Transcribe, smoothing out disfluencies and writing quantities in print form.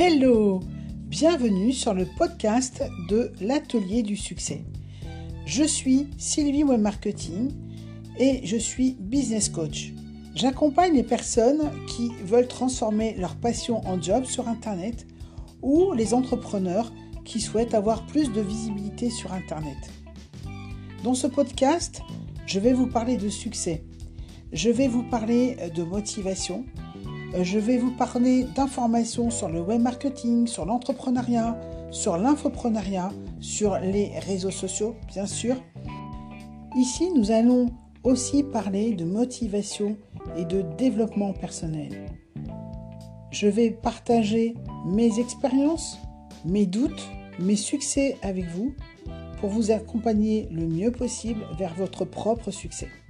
Hello! Bienvenue sur le podcast de l'Atelier du Succès. Je suis Sylvie Web Marketing et je suis business coach. J'accompagne les personnes qui veulent transformer leur passion en job sur Internet ou les entrepreneurs qui souhaitent avoir plus de visibilité sur Internet. Dans ce podcast, je vais vous parler de succès. Je vais vous parler de motivation. Je vais vous parler d'informations sur le web marketing, sur l'entrepreneuriat, sur l'infoprenariat, sur les réseaux sociaux, bien sûr. Ici, nous allons aussi parler de motivation et de développement personnel. Je vais partager mes expériences, mes doutes, mes succès avec vous pour vous accompagner le mieux possible vers votre propre succès.